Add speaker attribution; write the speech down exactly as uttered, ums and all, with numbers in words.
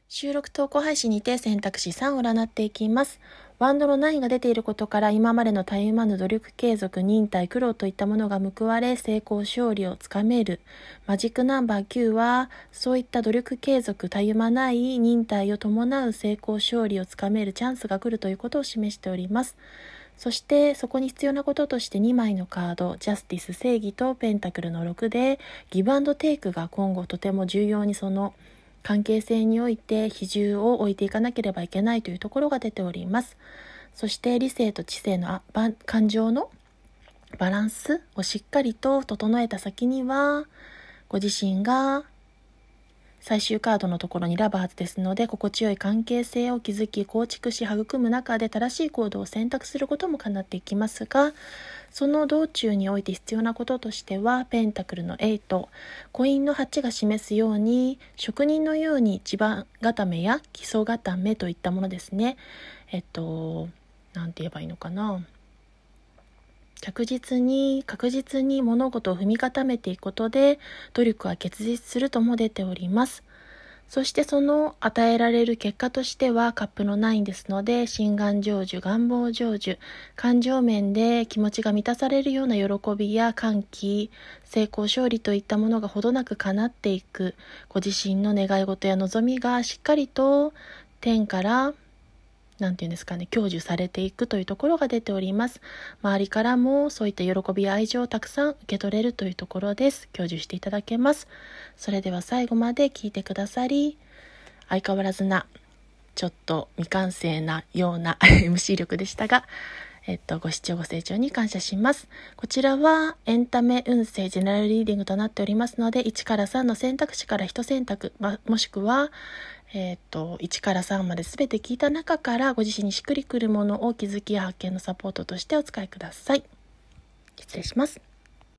Speaker 1: 収録投稿配信にて選択肢さんを占っていきます。ワンドのナインが出ていることから、今までのたゆまぬ努力継続、忍耐、苦労といったものが報われ、成功勝利をつかめる。マジックナンバーきゅうは、そういった努力継続、たゆまない忍耐を伴う成功勝利をつかめるチャンスが来るということを示しております。そしてそこに必要なこととしてにまいのカード、ジャスティス、正義とペンタクルのろくで、ギブアンドテイクが今後とても重要にその関係性において比重を置いていかなければいけないというところが出ております。そして理性と知性の感情のバランスをしっかりと整えた先には、ご自身が最終カードのところにラバーズですので、心地よい関係性を築き構築し育む中で正しい行動を選択することも叶っていきますが、その道中において必要なこととしては、ペンタクルのはち、コインのはちが示すように、職人のように地盤固めや基礎固めといったものですね。えっとなんて言えばいいのかな、着実に確実に物事を踏み固めていくことで努力は結実するとも出ております。そしてその与えられる結果としてはカップのナインですので、心願成就、願望成就、感情面で気持ちが満たされるような喜びや歓喜、成功勝利といったものがほどなく叶っていく、ご自身の願い事や望みがしっかりと天からなんていうんですかね、享受されていくというところが出ております。周りからもそういった喜びや愛情をたくさん受け取れるというところです。享受していただけます。それでは最後まで聞いてくださり、相変わらずなちょっと未完成なようなエムシー 力でしたが、えっと、ご視聴ご清聴に感謝します。こちらはエンタメ運勢ジェネラルリーディングとなっておりますので、いちからさんの選択肢からいち選択、ま、もしくは、えっと、いちからさんまで全て聞いた中からご自身にしっくりくるものを気づきや発見のサポートとしてお使いください。失礼します。